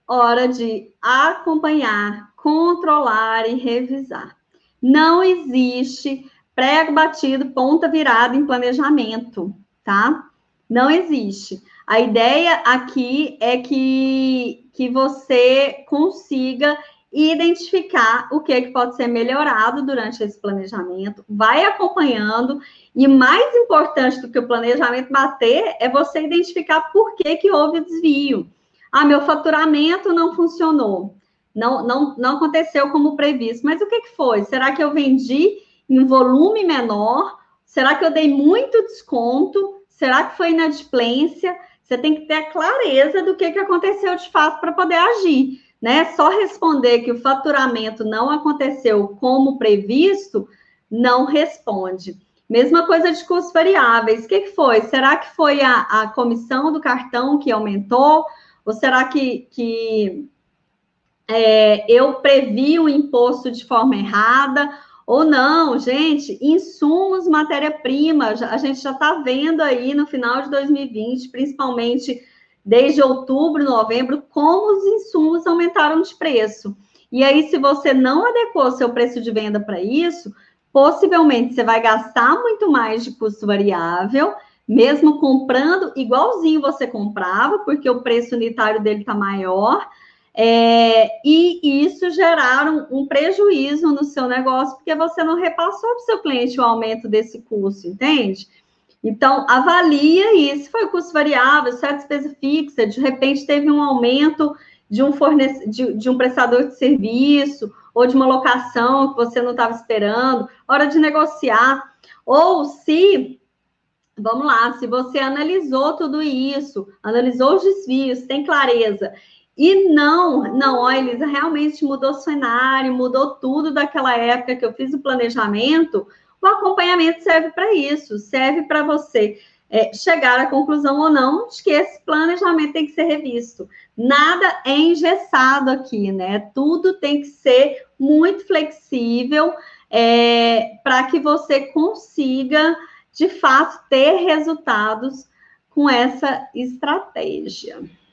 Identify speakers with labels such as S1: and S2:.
S1: hora de acompanhar, controlar e revisar. Não existe prego batido, ponta virada em planejamento, tá? Não existe. A ideia aqui é que você consiga identificar o que pode ser melhorado durante esse planejamento, vai acompanhando, e mais importante do que o planejamento bater é você identificar por que houve desvio. Ah, meu faturamento não funcionou, não aconteceu como previsto, mas o que foi? Será que eu vendi em volume menor? Será que eu dei muito desconto? Será que foi inadimplência? Você tem que ter a clareza do que aconteceu de fato para poder agir, né? Só responder que o faturamento não aconteceu como previsto, não responde. Mesma coisa de custos variáveis. O que foi? Será que foi a comissão do cartão que aumentou? Ou será que eu previ o imposto de forma errada? Ou não, gente, insumos, matéria-prima, a gente já está vendo aí no final de 2020, principalmente desde outubro, novembro, como os insumos aumentaram de preço. E aí, se você não adequou seu preço de venda para isso, possivelmente você vai gastar muito mais de custo variável, mesmo comprando igualzinho você comprava, porque o preço unitário dele está maior, e isso geraram um prejuízo no seu negócio, porque você não repassou para o seu cliente o aumento desse custo, entende? Então, avalia isso. Foi custo variável, se é despesa fixa, de repente teve um aumento de um prestador de serviço, ou de uma locação que você não estava esperando, hora de negociar. Ou se, vamos lá, se você analisou tudo isso, analisou os desvios, tem clareza, e não, olha, Elisa, realmente mudou o cenário, mudou tudo daquela época que eu fiz o planejamento. O acompanhamento serve para isso, serve para você chegar à conclusão ou não de que esse planejamento tem que ser revisto. Nada é engessado aqui, né? Tudo tem que ser muito flexível para que você consiga, de fato, ter resultados com essa estratégia.